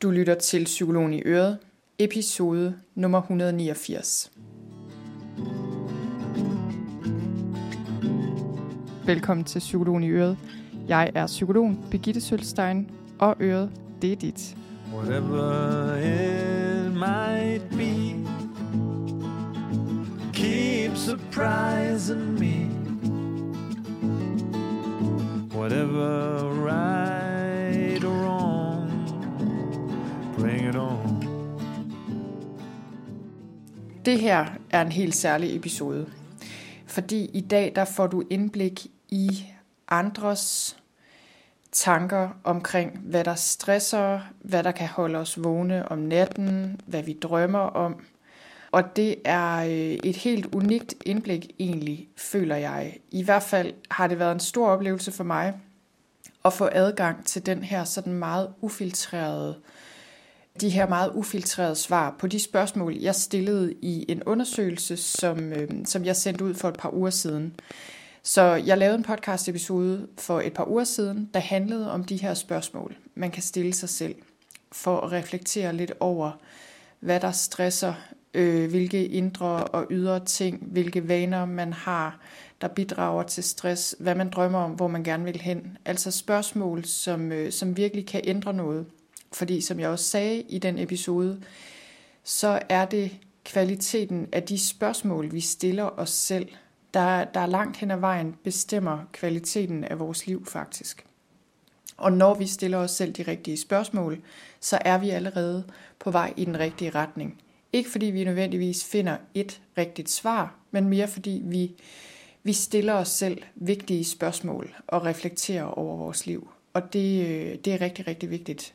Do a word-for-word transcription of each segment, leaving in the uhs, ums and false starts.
Du lytter til Psykologen i Øret, episode nummer et hundrede niogfirs. Velkommen til Psykologen i Øret. Jeg er psykologen Birgitte Sølstein, og Øret, det er dit. Whatever it might be, keep surprising me. Whatever right or wrong, bring it on. Det her er en helt særlig episode, fordi i dag der får du indblik i andres tanker omkring, hvad der stresser, hvad der kan holde os vågne om natten, hvad vi drømmer om. Og det er et helt unikt indblik egentlig, føler jeg. I hvert fald har det været en stor oplevelse for mig at få adgang til den her sådan meget ufiltrerede, de her meget ufiltrerede svar på de spørgsmål, jeg stillede i en undersøgelse, som, som jeg sendte ud for et par uger siden. Så jeg lavede en podcast episode for et par uger siden, der handlede om de her spørgsmål, man kan stille sig selv, for at reflektere lidt over, hvad der stresser, øh, hvilke indre og ydre ting, hvilke vaner man har, der bidrager til stress, hvad man drømmer om, hvor man gerne vil hen. Altså spørgsmål, som, øh, som virkelig kan ændre noget. Fordi som jeg også sagde i den episode, så er det kvaliteten af de spørgsmål, vi stiller os selv, der, der langt hen ad vejen bestemmer kvaliteten af vores liv faktisk. Og når vi stiller os selv de rigtige spørgsmål, så er vi allerede på vej i den rigtige retning. Ikke fordi vi nødvendigvis finder et rigtigt svar, men mere fordi vi, vi stiller os selv vigtige spørgsmål og reflekterer over vores liv. Og det, det er rigtig, rigtig vigtigt.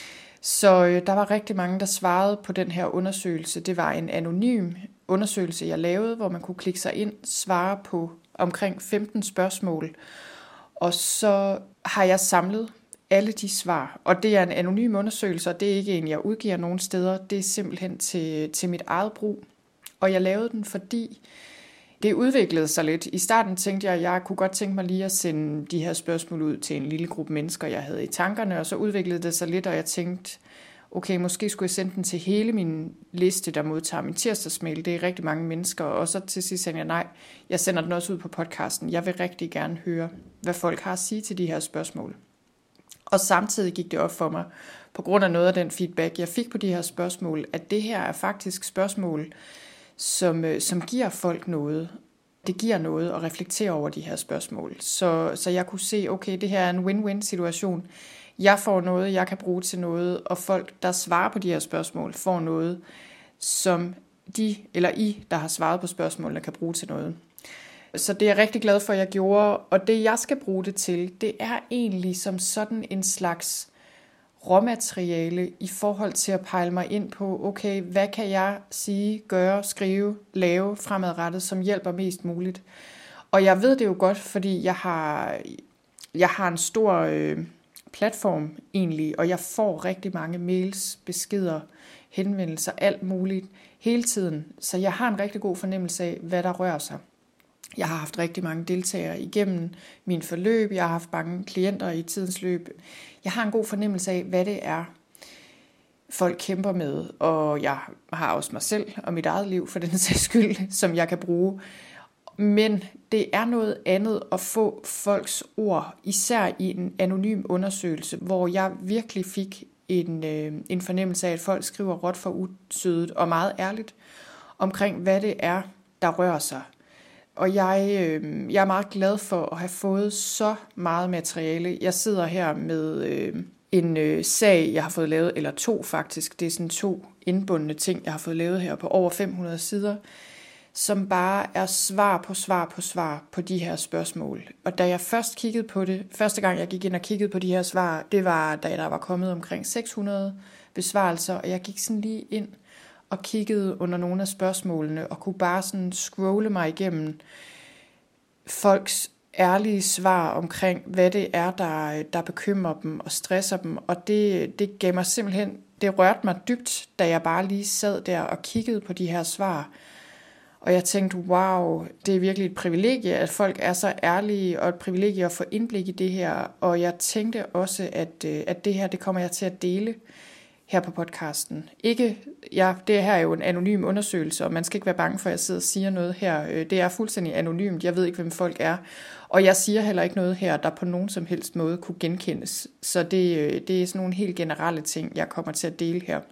Så øh, der var rigtig mange, der svarede på den her undersøgelse. Det var en anonym undersøgelse, jeg lavede, hvor man kunne klikke sig ind, svare på omkring femten spørgsmål. Og så har jeg samlet alle de svar. Og det er en anonym undersøgelse, og det er ikke en, jeg udgiver nogen steder. Det er simpelthen til, til mit eget brug. Og jeg lavede den, fordi det udviklede sig lidt. I starten tænkte jeg, at jeg kunne godt tænke mig lige at sende de her spørgsmål ud til en lille gruppe mennesker, jeg havde i tankerne. Og så udviklede det sig lidt, og jeg tænkte, okay, måske skulle jeg sende den til hele min liste, der modtager min tirsdagsmail. Det er rigtig mange mennesker. Og så til sidst sagde jeg, nej, jeg sender den også ud på podcasten. Jeg vil rigtig gerne høre, hvad folk har at sige til de her spørgsmål. Og samtidig gik det op for mig, på grund af noget af den feedback, jeg fik på de her spørgsmål, at det her er faktisk spørgsmål, som, som giver folk noget. Det giver noget at reflektere over de her spørgsmål. Så, så jeg kunne se, okay, det her er en win-win situation. Jeg får noget, jeg kan bruge til noget, og folk, der svarer på de her spørgsmål, får noget, som de eller I, der har svaret på spørgsmålene, kan bruge til noget. Så det er jeg rigtig glad for, at jeg gjorde. Og det, jeg skal bruge det til, det er egentlig som sådan en slags råmateriale i forhold til at pejle mig ind på, okay, hvad kan jeg sige, gøre, skrive, lave fremadrettet, som hjælper mest muligt. Og jeg ved det jo godt, fordi jeg har, jeg har en stor øh, platform egentlig, og jeg får rigtig mange mails, beskeder, henvendelser, alt muligt hele tiden. Så jeg har en rigtig god fornemmelse af, hvad der rører sig. Jeg har haft rigtig mange deltagere igennem min forløb. Jeg har haft mange klienter i tidens løb. Jeg har en god fornemmelse af, hvad det er, folk kæmper med. Og jeg har også mig selv og mit eget liv for den sags skyld, som jeg kan bruge. Men det er noget andet at få folks ord, især i en anonym undersøgelse, hvor jeg virkelig fik en, øh, en fornemmelse af, at folk skriver råt for usødet og meget ærligt omkring, hvad det er, der rører sig. Og jeg, øh, jeg er meget glad for at have fået så meget materiale. Jeg sidder her med øh, en øh, sag, jeg har fået lavet, eller to faktisk. Det er sådan to indbundne ting, jeg har fået lavet her på over fem hundrede sider, som bare er svar på svar på svar på de her spørgsmål. Og da jeg først kiggede på det, første gang jeg gik ind og kiggede på de her svar, det var da der var kommet omkring seks hundrede besvarelser, og jeg gik sådan lige ind og kiggede under nogle af spørgsmålene, og kunne bare sådan scrolle mig igennem folks ærlige svar omkring, hvad det er, der, der bekymrer dem og stresser dem. Og det, det gav mig simpelthen, det rørte mig dybt, da jeg bare lige sad der og kiggede på de her svar. Og jeg tænkte, wow, det er virkelig et privilegie, at folk er så ærlige, og et privilegie at få indblik i det her. Og jeg tænkte også, at, at det her, det kommer jeg til at dele her på podcasten. Ikke, ja, det her er jo en anonym undersøgelse, og man skal ikke være bange for, at jeg sidder og siger noget her. Det er fuldstændig anonymt. Jeg ved ikke, hvem folk er. Og jeg siger heller ikke noget her, der på nogen som helst måde kunne genkendes. Så det, det er sådan nogle helt generelle ting, jeg kommer til at dele her.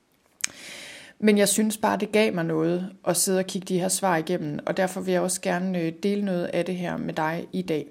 Men jeg synes bare, det gav mig noget at sidde og kigge de her svar igennem, og derfor vil jeg også gerne dele noget af det her med dig i dag.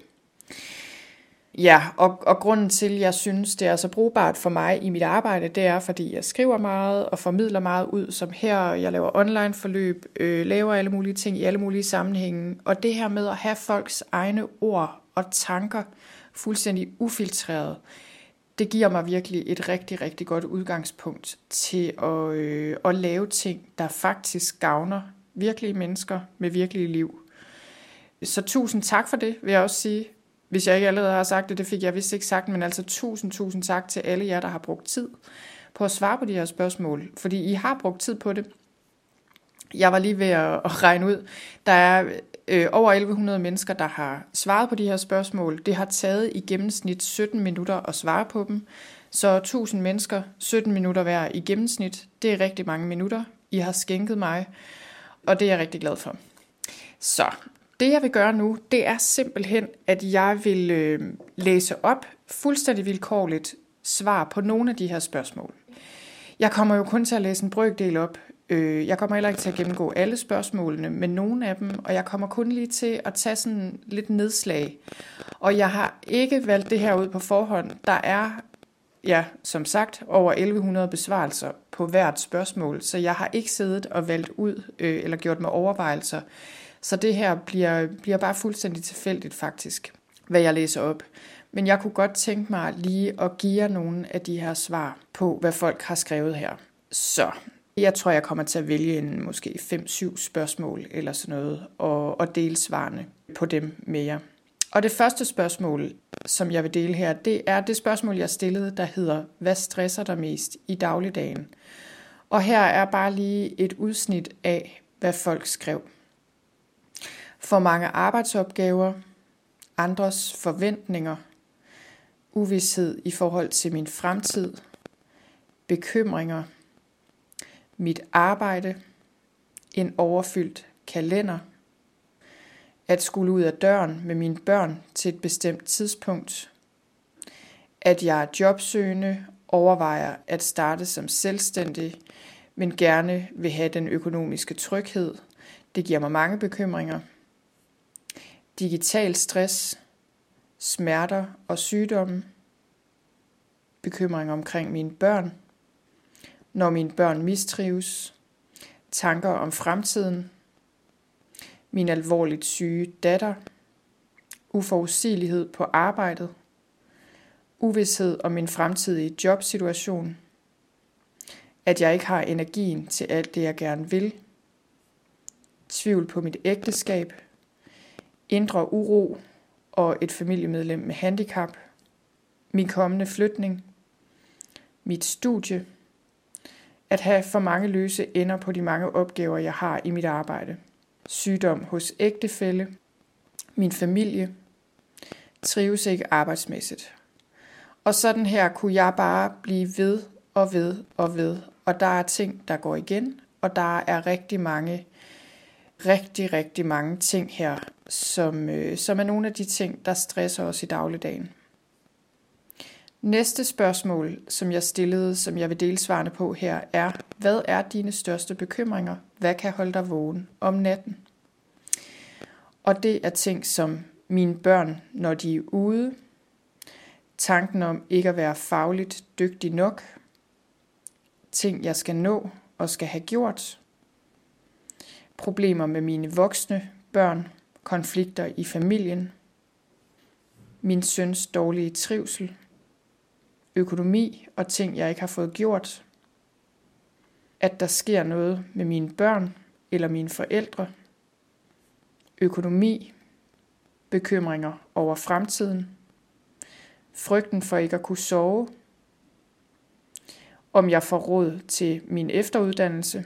Ja, og, og grunden til, at jeg synes, det er så brugbart for mig i mit arbejde, det er, fordi jeg skriver meget og formidler meget ud, som her. Jeg laver online forløb, øh, laver alle mulige ting i alle mulige sammenhænge. Og det her med at have folks egne ord og tanker fuldstændig ufiltreret, det giver mig virkelig et rigtig, rigtig godt udgangspunkt til at, øh, at lave ting, der faktisk gavner virkelige mennesker med virkelige liv. Så tusind tak for det, vil jeg også sige. Hvis jeg ikke allerede har sagt det, det fik jeg vist ikke sagt, men altså tusind, tusind tak til alle jer, der har brugt tid på at svare på de her spørgsmål. Fordi I har brugt tid på det. Jeg var lige ved at regne ud. Der er øh, over elleve hundrede mennesker, der har svaret på de her spørgsmål. Det har taget i gennemsnit sytten minutter at svare på dem. Så tusind mennesker, sytten minutter hver i gennemsnit. Det er rigtig mange minutter, I har skænket mig. Og det er jeg rigtig glad for. Så det jeg vil gøre nu, det er simpelthen, at jeg vil øh, læse op fuldstændig vilkårligt svar på nogle af de her spørgsmål. Jeg kommer jo kun til at læse en brøkdel op. Øh, jeg kommer heller ikke til at gennemgå alle spørgsmålene, men nogle af dem, og jeg kommer kun lige til at tage sådan lidt nedslag. Og jeg har ikke valgt det her ud på forhånd. Der er, ja, som sagt, over elleve hundrede besvarelser på hvert spørgsmål, så jeg har ikke siddet og valgt ud øh, eller gjort mig overvejelser. Så det her bliver, bliver bare fuldstændig tilfældigt faktisk, hvad jeg læser op. Men jeg kunne godt tænke mig lige at give jer nogle af de her svar på, hvad folk har skrevet her. Så jeg tror, jeg kommer til at vælge en måske fem syv spørgsmål eller sådan noget, og, og dele svarene på dem med jer. Og det første spørgsmål, som jeg vil dele her, det er det spørgsmål, jeg stillede, der hedder, hvad stresser dig mest i dagligdagen? Og her er bare lige et udsnit af, hvad folk skrev. For mange arbejdsopgaver, andres forventninger, uvished i forhold til min fremtid, bekymringer, mit arbejde, en overfyldt kalender, at skulle ud af døren med mine børn til et bestemt tidspunkt, at jeg er jobsøgende, overvejer at starte som selvstændig, men gerne vil have den økonomiske tryghed. Det giver mig mange bekymringer. Digital stress, smerter og sygdomme, bekymringer omkring mine børn, når mine børn mistrives, tanker om fremtiden, min alvorligt syge datter, uforudsigelighed på arbejdet, uvished om min fremtidige jobsituation, at jeg ikke har energien til alt det, jeg gerne vil, tvivl på mit ægteskab, indre uro og et familiemedlem med handicap, min kommende flytning, mit studie, at have for mange løse ender på de mange opgaver, jeg har i mit arbejde, sygdom hos ægtefælle, min familie, trives ikke arbejdsmæssigt. Og sådan her kunne jeg bare blive ved og ved og ved, og der er ting, der går igen, og der er rigtig mange, rigtig, rigtig mange ting her, som, øh, som er nogle af de ting, der stresser os i dagligdagen. Næste spørgsmål, som jeg stillede, som jeg vil dele svarene på her, er, hvad er dine største bekymringer? Hvad kan holde dig vågen om natten? Og det er ting som mine børn, når de er ude, tanken om ikke at være fagligt dygtig nok, ting jeg skal nå og skal have gjort, problemer med mine voksne børn, konflikter i familien, min søns dårlige trivsel, økonomi og ting, jeg ikke har fået gjort, at der sker noget med mine børn eller mine forældre, økonomi, bekymringer over fremtiden, frygten for ikke at kunne sove, om jeg får råd til min efteruddannelse,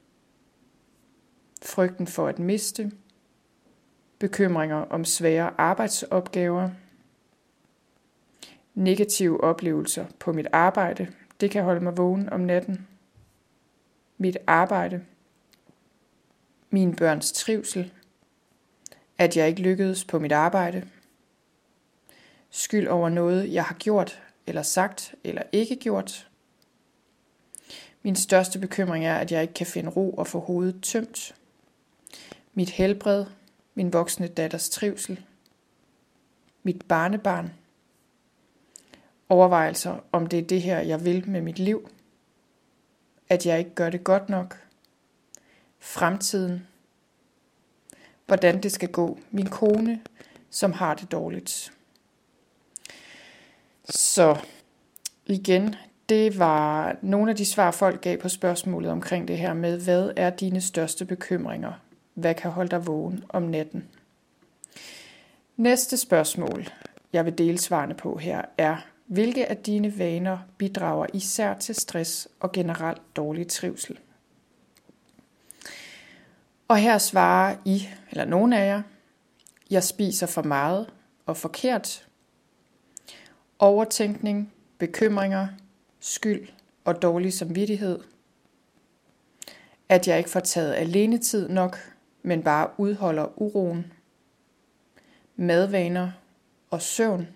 frygten for at miste, bekymringer om svære arbejdsopgaver, negative oplevelser på mit arbejde, Det kan holde mig vågen om natten. Mit arbejde. Mine børns trivsel. At jeg ikke lykkedes på mit arbejde. Skyld over noget, jeg har gjort, eller sagt, eller ikke gjort. Min største bekymring er, at jeg ikke kan finde ro og få hovedet tømt. Mit helbred. Min voksne datters trivsel. Mit barnebarn. Overvejelser, om det er det her, jeg vil med mit liv. At jeg ikke gør det godt nok. Fremtiden. Hvordan det skal gå. Min kone, som har det dårligt. Så igen, det var nogle af de svar, folk gav på spørgsmålet omkring det her med, hvad er dine største bekymringer? Hvad kan holde dig vågen om natten? Næste spørgsmål, jeg vil dele svarene på her, er, hvilke af dine vaner bidrager især til stress og generelt dårlig trivsel? Og her svarer I, eller nogen af jer, jeg spiser for meget og forkert. Overtænkning, bekymringer, skyld og dårlig samvittighed. At jeg ikke får taget alenetid nok, men bare udholder uroen. Madvaner og søvn.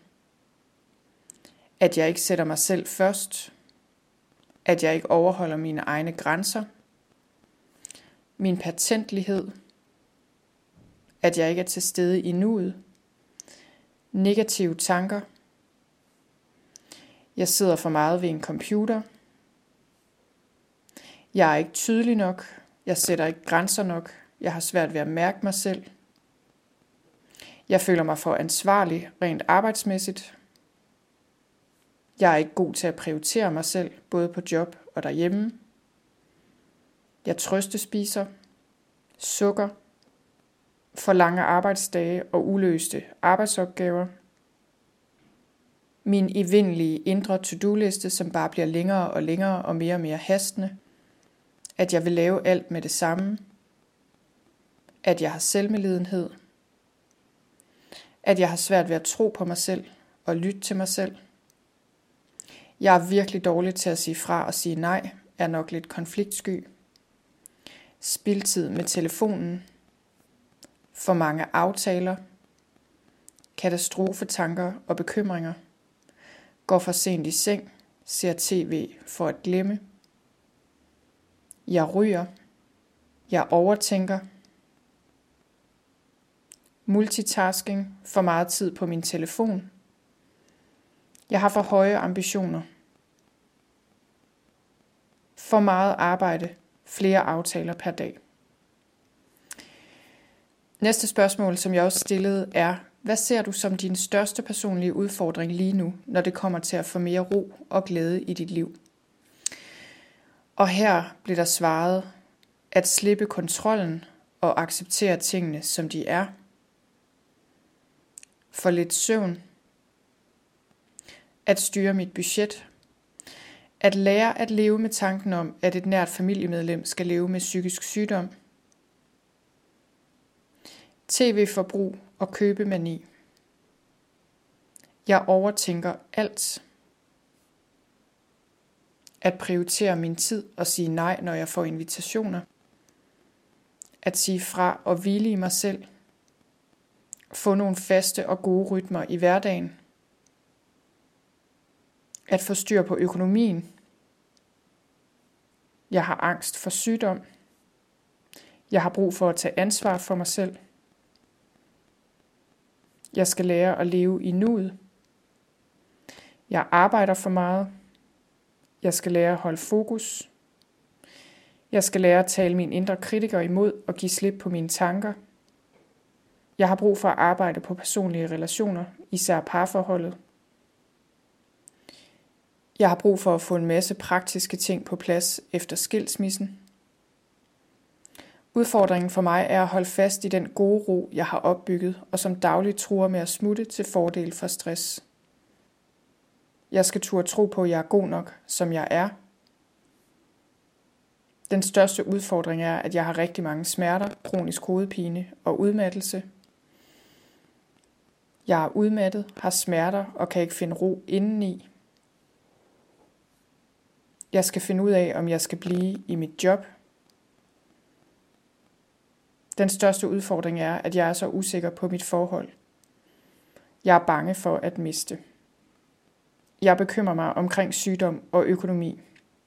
At jeg ikke sætter mig selv først. At jeg ikke overholder mine egne grænser. Min patentlighed. At jeg ikke er til stede i nuet. Negative tanker. Jeg sidder for meget ved en computer. Jeg er ikke tydelig nok. Jeg sætter ikke grænser nok. Jeg har svært ved at mærke mig selv. Jeg føler mig for ansvarlig rent arbejdsmæssigt. Jeg er ikke god til at prioritere mig selv, både på job og derhjemme. Jeg trøstespiser, sukker, for lange arbejdsdage og uløste arbejdsopgaver. Min evindelige indre to-do-liste, som bare bliver længere og længere og mere og mere hastende. At jeg vil lave alt med det samme. At jeg har selvmedlidenhed. At jeg har svært ved at tro på mig selv og lytte til mig selv. Jeg er virkelig dårlig til at sige fra og sige nej, er nok lidt konfliktsky. Spildtid med telefonen. For mange aftaler. Katastrofetanker og bekymringer. Går for sent i seng. Ser tv for at glemme. Jeg ryger. Jeg overtænker. Multitasking. For meget tid på min telefon. Jeg har for høje ambitioner. For meget arbejde. Flere aftaler per dag. Næste spørgsmål, som jeg også stillede, er, hvad ser du som din største personlige udfordring lige nu, når det kommer til at få mere ro og glæde i dit liv? Og her blev der svaret, at slippe kontrollen og acceptere tingene, som de er. For lidt søvn. At styre mit budget. At lære at leve med tanken om, at et nært familiemedlem skal leve med psykisk sygdom. T V-forbrug og købemani. Jeg overtænker alt. At prioritere min tid og sige nej, når jeg får invitationer. At sige fra og hvile i mig selv. Få nogle faste og gode rytmer i hverdagen. At få styr på økonomien. Jeg har angst for sygdom. Jeg har brug for at tage ansvar for mig selv. Jeg skal lære at leve i nuet. Jeg arbejder for meget. Jeg skal lære at holde fokus. Jeg skal lære at tale min indre kritiker imod og give slip på mine tanker. Jeg har brug for at arbejde på personlige relationer, især parforholdet. Jeg har brug for at få en masse praktiske ting på plads efter skilsmissen. Udfordringen for mig er at holde fast i den gode ro, jeg har opbygget, og som dagligt truer med at smutte til fordel for stress. Jeg skal turde tro på, at jeg er god nok, som jeg er. Den største udfordring er, at jeg har rigtig mange smerter, kronisk hovedpine og udmattelse. Jeg er udmattet, har smerter og kan ikke finde ro indeni. Jeg skal finde ud af, om jeg skal blive i mit job. Den største udfordring er, at jeg er så usikker på mit forhold. Jeg er bange for at miste. Jeg bekymrer mig omkring sygdom og økonomi.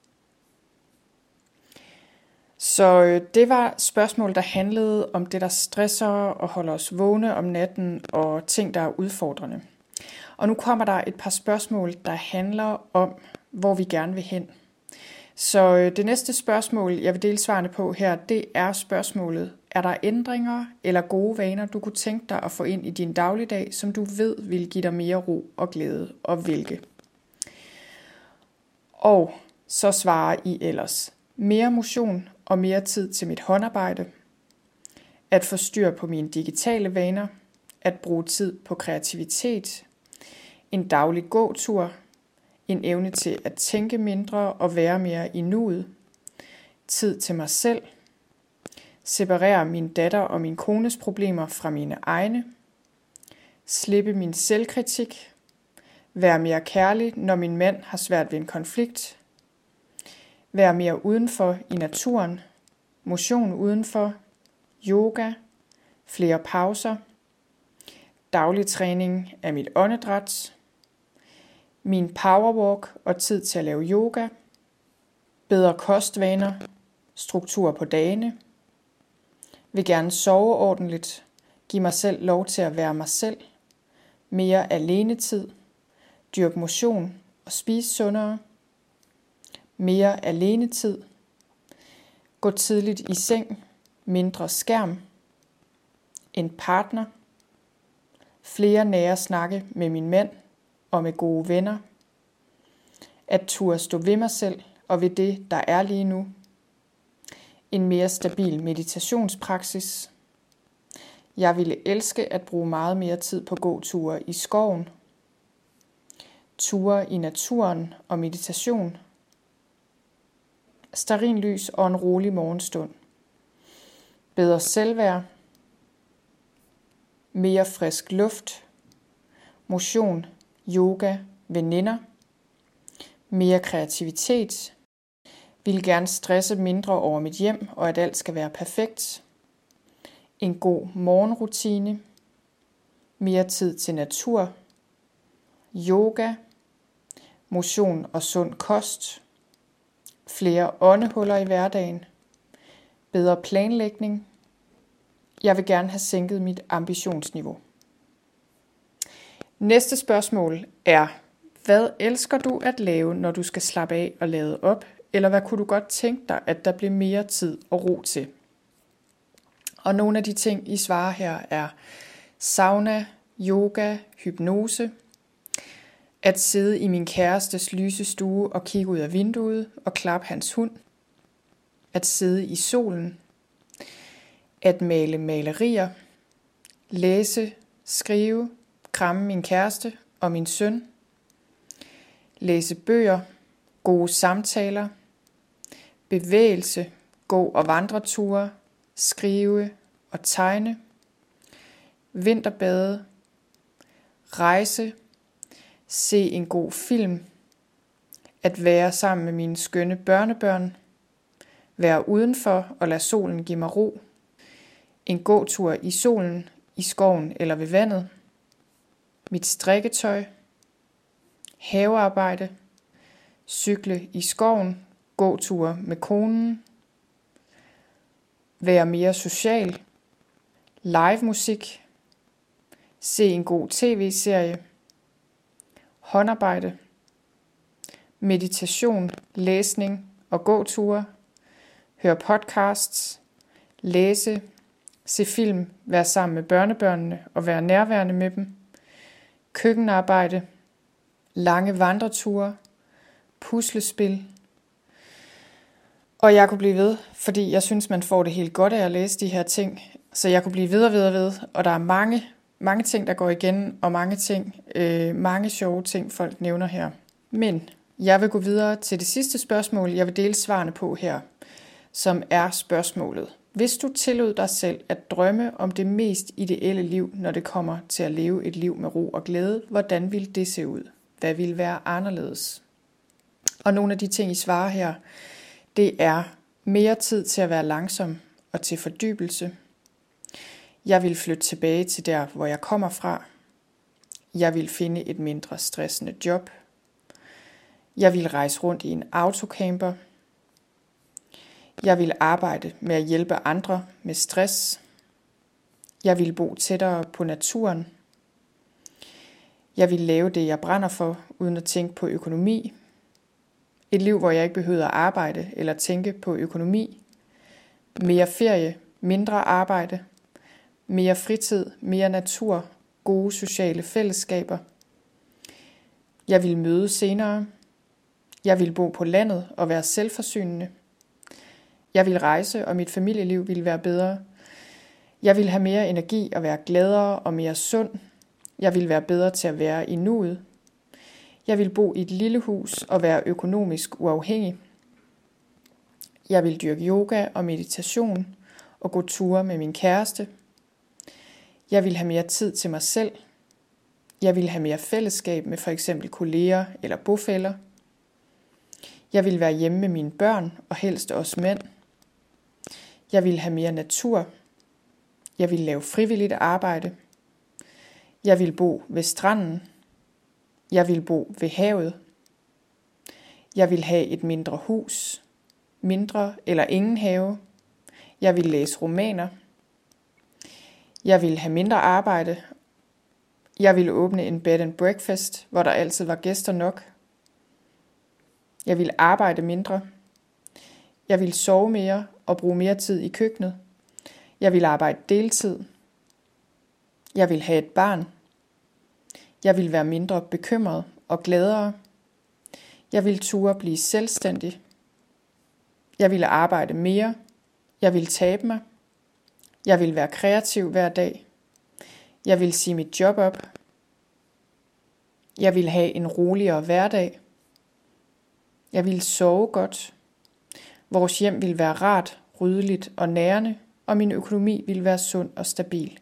Så det var spørgsmål, der handlede om det, der stresser og holder os vågne om natten og ting, der er udfordrende. Og nu kommer der et par spørgsmål, der handler om, hvor vi gerne vil hen. Så det næste spørgsmål, jeg vil dele svarene på her, det er spørgsmålet: er der ændringer eller gode vaner, du kunne tænke dig at få ind i din dagligdag, som du ved vil give dig mere ro og glæde, og hvilke? Og så svarer I ellers: mere motion og mere tid til mit håndarbejde, at få styr på mine digitale vaner, at bruge tid på kreativitet, en daglig gåtur, en evne til at tænke mindre og være mere i nuet, tid til mig selv, separere min datter og min kones problemer fra mine egne, slippe min selvkritik, være mere kærlig, når min mand har svært ved en konflikt, være mere udenfor i naturen, motion udenfor, yoga, flere pauser, daglig træning af mit åndedræt, min powerwalk og tid til at lave yoga, bedre kostvaner, struktur på dagene, vil gerne sove ordentligt, give mig selv lov til at være mig selv, mere alenetid, dyrke motion og spise sundere, mere alenetid, gå tidligt i seng, mindre skærm, en partner, flere nære snakke med min mand og med gode venner, at turde stå ved mig selv og ved det, der er lige nu, en mere stabil meditationspraksis. Jeg ville elske at bruge meget mere tid på gåture i skoven, ture i naturen og meditation, stearinlys og en rolig morgenstund, bedre selvværd, mere frisk luft, motion, yoga, veninder, mere kreativitet, vil gerne stresse mindre over mit hjem og at alt skal være perfekt, en god morgenrutine, mere tid til natur, yoga, motion og sund kost, flere åndehuller i hverdagen, bedre planlægning. Jeg vil gerne have sænket mit ambitionsniveau. Næste spørgsmål er: hvad elsker du at lave, når du skal slappe af og lade op? Eller hvad kunne du godt tænke dig, at der blev mere tid og ro til? Og nogle af de ting, I svarer her, er sauna, yoga, hypnose, at sidde i min kærestes lyse stue og kigge ud af vinduet og klappe hans hund, at sidde i solen, at male malerier, læse, skrive, kramme min kæreste og min søn, læse bøger, gode samtaler, bevægelse, gå- og vandreture, skrive og tegne, vinterbade, rejse, se en god film, at være sammen med mine skønne børnebørn, være udenfor og lade solen give mig ro, en gåtur i solen, i skoven eller ved vandet, mit strikketøj, havearbejde, cykle i skoven, gåture med konen, være mere social, live musik, se en god tv-serie, håndarbejde, meditation, læsning og gåture, høre podcasts, læse, se film, være sammen med børnebørnene og være nærværende med dem, køkkenarbejde, lange vandreture, puslespil. Og jeg kunne blive ved, fordi jeg synes, man får det helt godt af at læse de her ting. Så jeg kunne blive ved og ved og ved, og der er mange, mange ting, der går igen, og mange ting, øh, mange sjove ting, folk nævner her. Men jeg vil gå videre til det sidste spørgsmål, jeg vil dele svarene på her, som er spørgsmålet: hvis du tillod dig selv at drømme om det mest ideelle liv, når det kommer til at leve et liv med ro og glæde, hvordan ville det se ud? Hvad ville være anderledes? Og nogle af de ting, I svarer her, det er mere tid til at være langsom og til fordybelse. Jeg vil flytte tilbage til der, hvor jeg kommer fra. Jeg vil finde et mindre stressende job. Jeg vil rejse rundt i en autocamper. Jeg vil arbejde med at hjælpe andre med stress. Jeg vil bo tættere på naturen. Jeg vil lave det, jeg brænder for, uden at tænke på økonomi. Et liv, hvor jeg ikke behøver at arbejde eller tænke på økonomi. Mere ferie, mindre arbejde. Mere fritid, mere natur, gode sociale fællesskaber. Jeg vil møde senere. Jeg vil bo på landet og være selvforsynende. Jeg vil rejse, og mit familieliv vil være bedre. Jeg vil have mere energi og være gladere og mere sund. Jeg vil være bedre til at være i nuet. Jeg vil bo i et lille hus og være økonomisk uafhængig. Jeg vil dyrke yoga og meditation og gå ture med min kæreste. Jeg vil have mere tid til mig selv. Jeg vil have mere fællesskab med for eksempel kolleger eller bofæller. Jeg vil være hjemme med mine børn og helst også mænd. Jeg vil have mere natur. Jeg vil lave frivilligt arbejde. Jeg vil bo ved stranden. Jeg vil bo ved havet. Jeg vil have et mindre hus. Mindre eller ingen have. Jeg vil læse romaner. Jeg vil have mindre arbejde. Jeg vil åbne en bed and breakfast, hvor der altid var gæster nok. Jeg vil arbejde mindre. Jeg vil sove mere og bruge mere tid i køkkenet. Jeg vil arbejde deltid. Jeg vil have et barn. Jeg vil være mindre bekymret og gladere. Jeg vil ture blive selvstændig. Jeg vil arbejde mere. Jeg vil tabe mig. Jeg vil være kreativ hver dag. Jeg vil sige mit job op. Jeg vil have en roligere hverdag. Jeg vil sove godt. Vores hjem vil være rart, ryddeligt og nærende, og min økonomi vil være sund og stabil.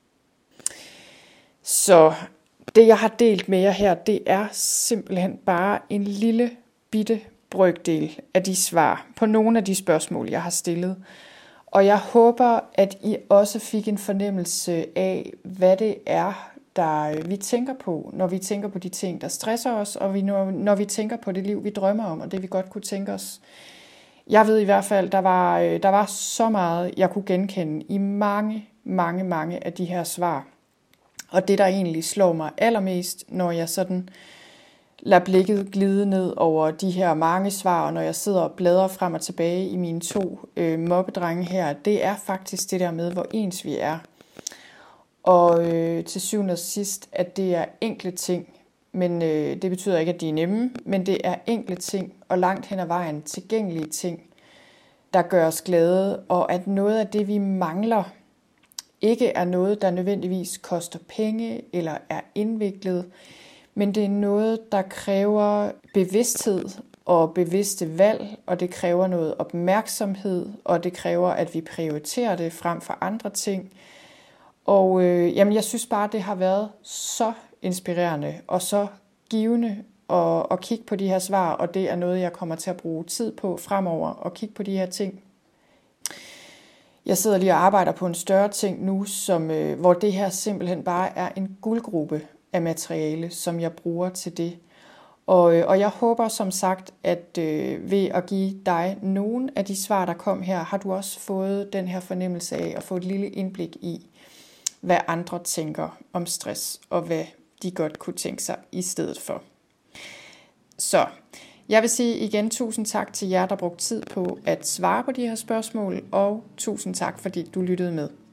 Så det, jeg har delt med jer her, det er simpelthen bare en lille bitte brøkdel af de svar på nogle af de spørgsmål, jeg har stillet. Og jeg håber, at I også fik en fornemmelse af, hvad det er, der vi tænker på, når vi tænker på de ting, der stresser os, og vi, når, når vi tænker på det liv, vi drømmer om, og det vi godt kunne tænke os. Jeg ved i hvert fald, der var, der var så meget, jeg kunne genkende i mange, mange, mange af de her svar. Og det, der egentlig slår mig allermest, når jeg sådan lader blikket glide ned over de her mange svar, og når jeg sidder og bladrer frem og tilbage i mine to øh, mobbedrenge her, det er faktisk det der med, hvor ens vi er. Og øh, til syvende og sidst, at det er enkle ting, men øh, det betyder ikke, at de er nemme, men det er enkle ting, og langt hen ad vejen tilgængelige ting, der gør os glade, og at noget af det, vi mangler, ikke er noget, der nødvendigvis koster penge eller er indviklet, men det er noget, der kræver bevidsthed og bevidste valg, og det kræver noget opmærksomhed, og det kræver, at vi prioriterer det frem for andre ting. Og øh, jamen, jeg synes bare, det har været så inspirerende og så givende at, at kigge på de her svar, og det er noget, jeg kommer til at bruge tid på fremover, at kigge på de her ting. Jeg sidder lige og arbejder på en større ting nu, som, øh, hvor det her simpelthen bare er en guldgruppe af materiale, som jeg bruger til det. Og, øh, og jeg håber som sagt, at øh, ved at give dig nogle af de svar, der kom her, har du også fået den her fornemmelse af at få et lille indblik i, hvad andre tænker om stress, og hvad de godt kunne tænke sig i stedet for. Så jeg vil sige igen tusind tak til jer, der brugte tid på at svare på de her spørgsmål, og tusind tak, fordi du lyttede med.